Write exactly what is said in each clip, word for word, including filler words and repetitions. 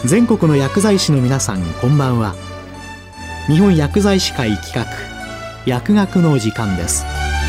全国の薬剤師の皆さん、こんばんは。日本薬剤師会企画、薬学の時間です。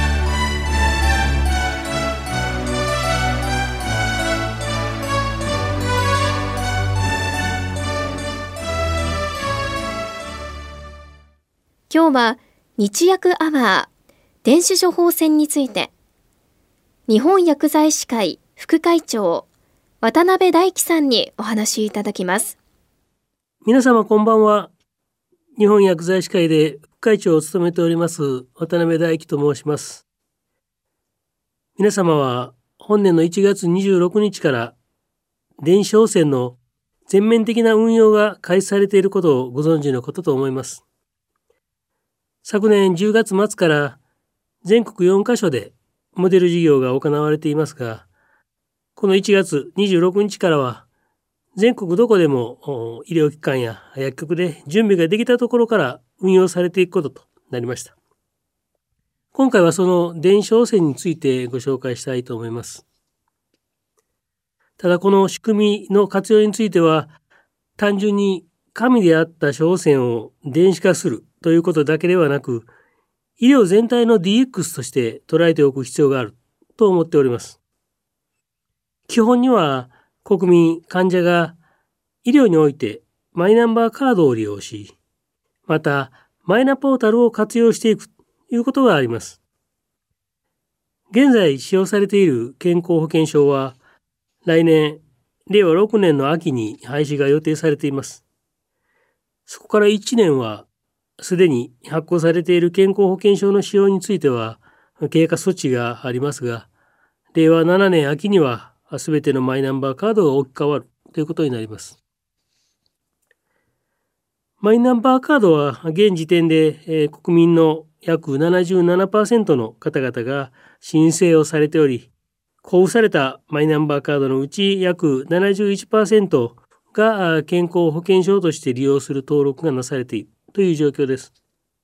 今日は日薬アワー電子処方箋について、日本薬剤師会副会長渡辺大樹さんにお話しいただきます。 皆様こんばんは。日本薬剤師会で副会長を務めております渡辺大樹と申します。皆様は本年のいちがつにじゅうろくにちから電子処方箋の全面的な運用が開始されていることをご存知のことと思います。昨年じゅうがつまつから全国よんかしょでモデル事業が行われていますが、このいちがつにじゅうろくにちからは全国どこでも医療機関や薬局で準備ができたところから運用されていくこととなりました。今回はその電子処方箋についてご紹介したいと思います。ただこの仕組みの活用については、単純に紙であった処方箋を電子化するということだけではなく、医療全体の ディーエックス として捉えておく必要があると思っております。基本には国民、患者が医療においてマイナンバーカードを利用し、またマイナポータルを活用していくということがあります。現在使用されている健康保険証は来年れいわろくねんの秋に廃止が予定されています。そこからいちねんはすでに発行されている健康保険証の使用については経過措置がありますが、れいわななねん秋にはすべてのマイナンバーカードが置き換わるということになります。マイナンバーカードは現時点で、えー、国民の約 ななじゅうななパーセント の方々が申請をされており、交付されたマイナンバーカードのうち約 ななじゅういちパーセント が健康保険証として利用する登録がなされているという状況です。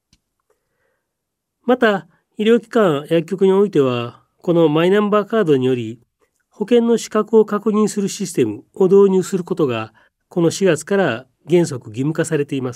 また、医療機関、薬局においては、このマイナンバーカードにより、保険の資格を確認するシステムを導入することが、このしがつから原則義務化されています。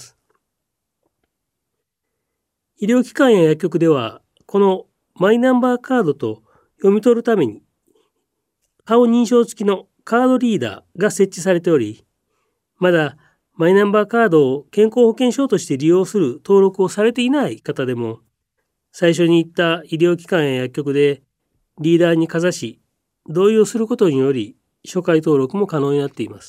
医療機関や薬局では、このマイナンバーカードと読み取るために、顔認証付きのカードリーダーが設置されており、まだマイナンバーカードを健康保険証として利用する登録をされていない方でも、最初に言った医療機関や薬局でリーダーにかざし、同意をすることにより初回登録も可能になっています。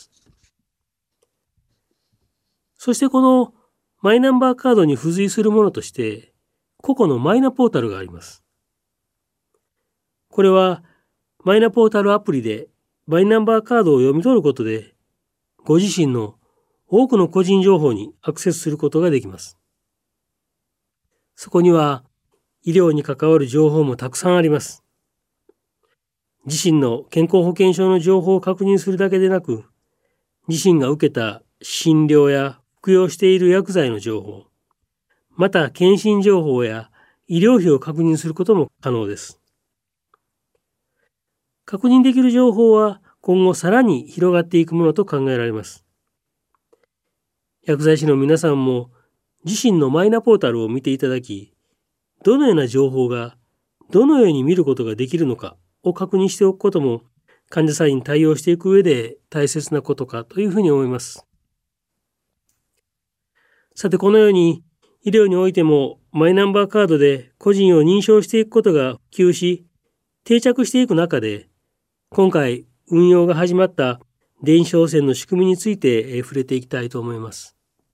そしてこのマイナンバーカードに付随するものとして個々のマイナポータルがあります。これはマイナポータルアプリでマイナンバーカードを読み取ることでご自身の多くの個人情報にアクセスすることができます。そこには医療に関わる情報もたくさんあります。自身の健康保険証の情報を確認するだけでなく、自身が受けた診療や服用している薬剤の情報、また検診情報や医療費を確認することも可能です。確認できる情報は今後さらに広がっていくものと考えられます。薬剤師の皆さんも自身のマイナポータルを見ていただき、どのような情報がどのように見ることができるのかを確認しておくことも患者さんに対応していく上で大切なことかというふうに思います。さてこのように医療においてもマイナンバーカードで個人を認証していくことが普及し定着していく中で、今回運用が始まった電子処方箋の仕組みについて触れていきたいと思います。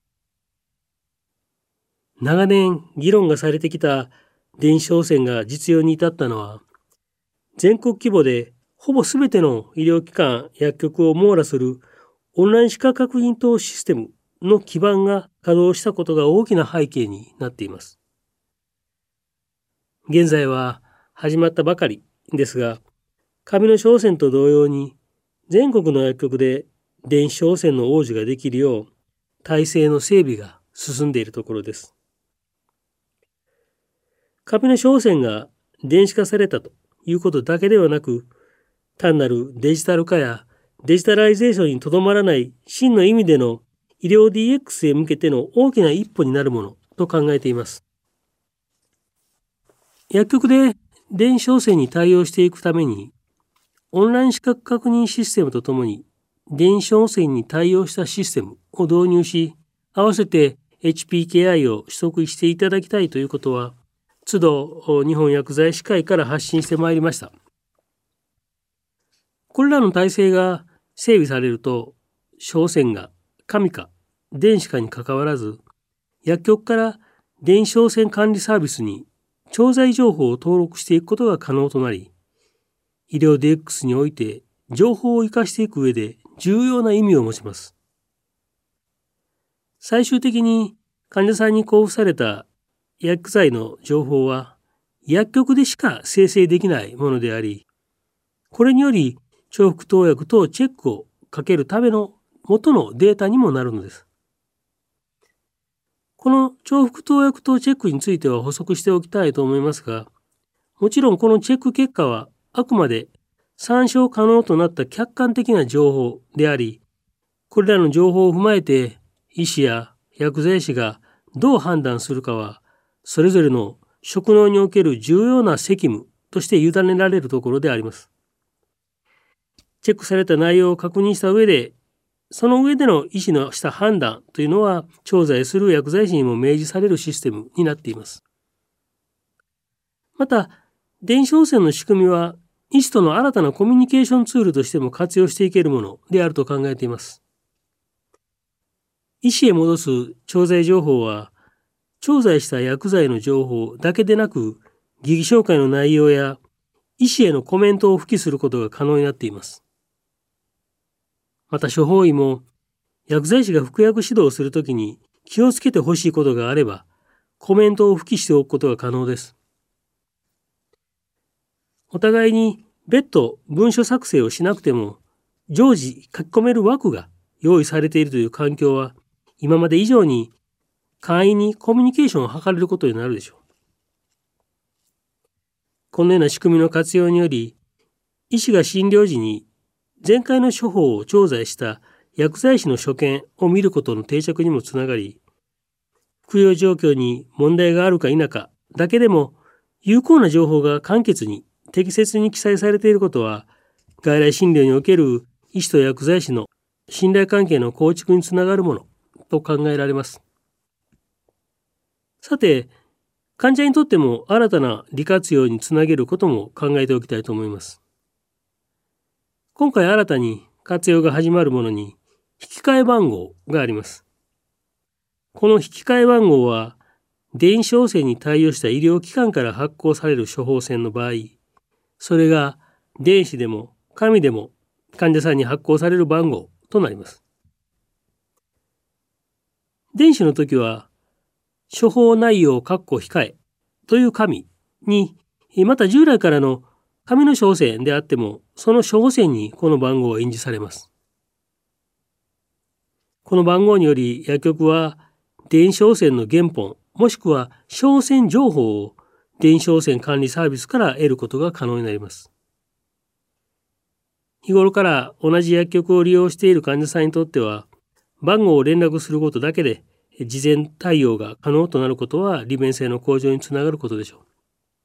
長年議論がされてきた電子処方箋が実用に至ったのは、全国規模でほぼすべての医療機関、薬局を網羅するオンライン資格確認等システムの基盤が稼働したことが大きな背景になっています。現在は始まったばかりですが、紙の処方箋と同様に全国の薬局で電子処方箋の応受ができるよう体制の整備が進んでいるところです。紙の処方箋が電子化されたということだけではなく、単なるデジタル化やデジタライゼーションにとどまらない真の意味での医療 ディーエックス へ向けての大きな一歩になるものと考えています。薬局で電子処方箋に対応していくために、オンライン資格確認システムとともに電子処方箋に対応したシステムを導入し、合わせて エイチピーケーアイ を取得していただきたいということは、都度日本薬剤師会から発信してまいりました。これらの体制が整備されると、処方箋が紙か電子かにかかわらず、薬局から電子処方箋管理サービスに調剤情報を登録していくことが可能となり、医療 ディーエックス において情報を生かしていく上で重要な意味を持ちます。最終的に患者さんに交付された薬剤の情報は薬局でしか生成できないものであり、これにより重複投薬等チェックをかけるための元のデータにもなるのです。この重複投薬等チェックについては補足しておきたいと思いますが、もちろんこのチェック結果はあくまで参照可能となった客観的な情報であり、これらの情報を踏まえて医師や薬剤師がどう判断するかは、それぞれの職能における重要な責務として委ねられるところであります。チェックされた内容を確認した上で、その上での医師のした判断というのは、調剤する薬剤師にも明示されるシステムになっています。また、電子処方箋の仕組みは、医師との新たなコミュニケーションツールとしても活用していけるものであると考えています。医師へ戻す調剤情報は、調剤した薬剤の情報だけでなく、疑義紹介の内容や医師へのコメントを付記することが可能になっています。また処方医も、薬剤師が服薬指導をするときに気をつけてほしいことがあれば、コメントを付記しておくことが可能です。お互いに別途文書作成をしなくても、常時書き込める枠が用意されているという環境は、今まで以上に簡易にコミュニケーションを図れることになるでしょう。このような仕組みの活用により、医師が診療時に前回の処方を調剤した薬剤師の所見を見ることの定着にもつながり、服用状況に問題があるか否かだけでも有効な情報が簡潔に適切に記載されていることは、外来診療における医師と薬剤師の信頼関係の構築につながるものと考えられます。さて、患者にとっても新たな利活用につなげることも考えておきたいと思います。今回新たに活用が始まるものに引き換え番号があります。この引き換え番号は電子処方箋に対応した医療機関から発行される処方箋の場合、それが電子でも紙でも患者さんに発行される番号となります。電子の時は処方内容括弧控えという紙に、また従来からの紙の処方箋であっても、その処方箋にこの番号が印字されます。この番号により薬局は電子処方箋の原本もしくは処方箋情報を電子処方箋管理サービスから得ることが可能になります。日頃から同じ薬局を利用している患者さんにとっては、番号を連絡することだけで事前対応が可能となることは利便性の向上につながることでしょう。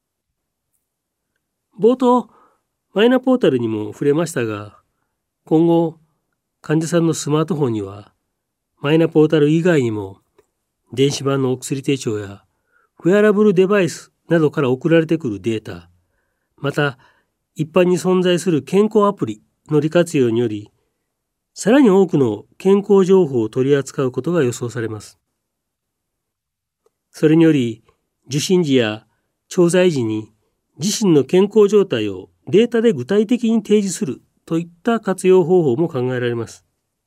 冒頭、マイナポータルにも触れましたが、今後、患者さんのスマートフォンには、マイナポータル以外にも、電子版のお薬手帳や、ウェアラブルデバイスなどから送られてくるデータ、また、一般に存在する健康アプリの利活用により、さらに多くの健康情報を取り扱うことが予想されます。それにより、受診時や調剤時に、自身の健康状態をデータで具体的に提示するといった活用方法も考えられます。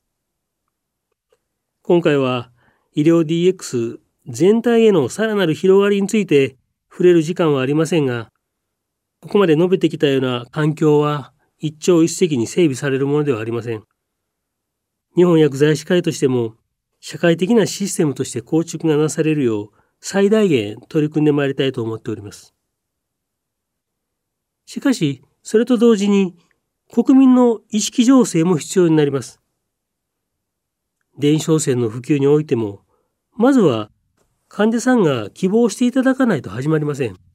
今回は医療 ディーエックス 全体へのさらなる広がりについて触れる時間はありませんが、ここまで述べてきたような環境は一朝一夕に整備されるものではありません。日本薬剤師会としても社会的なシステムとして構築がなされるよう最大限取り組んでまいりたいと思っております。しかし、それと同時に国民の意識醸成も必要になります。電子処方箋の普及においても、まずは患者さんが希望していただかないと始まりません。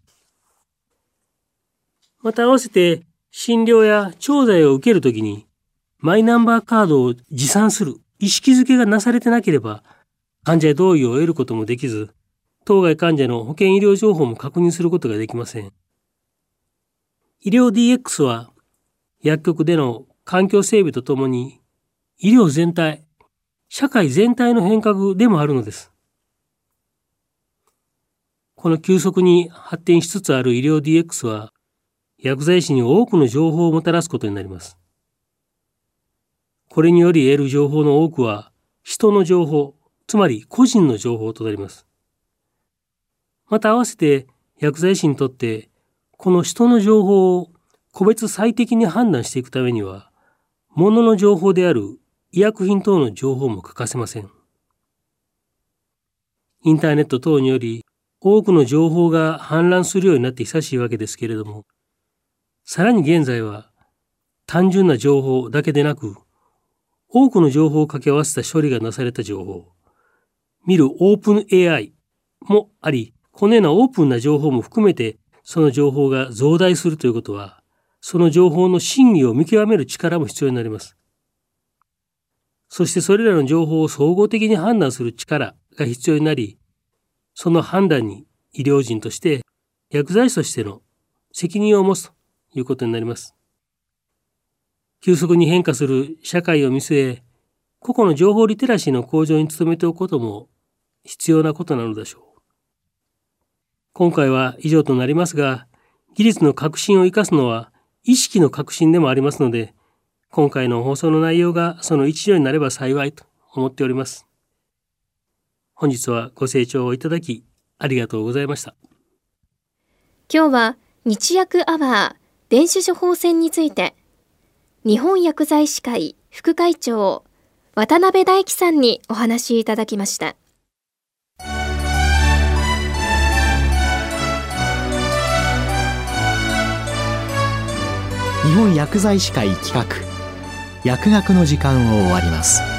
また合わせて診療や調剤を受けるときにマイナンバーカードを持参する意識づけがなされてなければ患者同意を得ることもできず、当該患者の保険医療情報も確認することができません。医療 ディーエックス は薬局での環境整備とともに医療全体、社会全体の変革でもあるのです。この急速に発展しつつある医療 ディーエックス は薬剤師に多くの情報をもたらすことになります。これにより得る情報の多くは人の情報、つまり個人の情報となります。また合わせて薬剤師にとってこの人の情報を個別最適に判断していくためには、物の情報である医薬品等の情報も欠かせません。インターネット等により多くの情報が氾濫するようになって久しいわけですけれども、さらに現在は単純な情報だけでなく、多くの情報を掛け合わせた処理がなされた情報、見るオープン エーアイ もあり、このようなオープンな情報も含めてその情報が増大するということは、その情報の真偽を見極める力も必要になります。そしてそれらの情報を総合的に判断する力が必要になり、その判断に医療人として薬剤師としての責任を持つということになります。急速に変化する社会を見据え、個々の情報リテラシーの向上に努めておくことも必要なことなのでしょう。今回は以上となりますが、技術の革新を生かすのは意識の革新でもありますので、今回の放送の内容がその一助になれば幸いと思っております。本日はご清聴いただきありがとうございました。 今日は日薬アワー電子処方箋について、日本薬剤師会副会長渡辺大樹さんにお話しいただきました。 日本薬剤師会企画薬学の時間を終わります。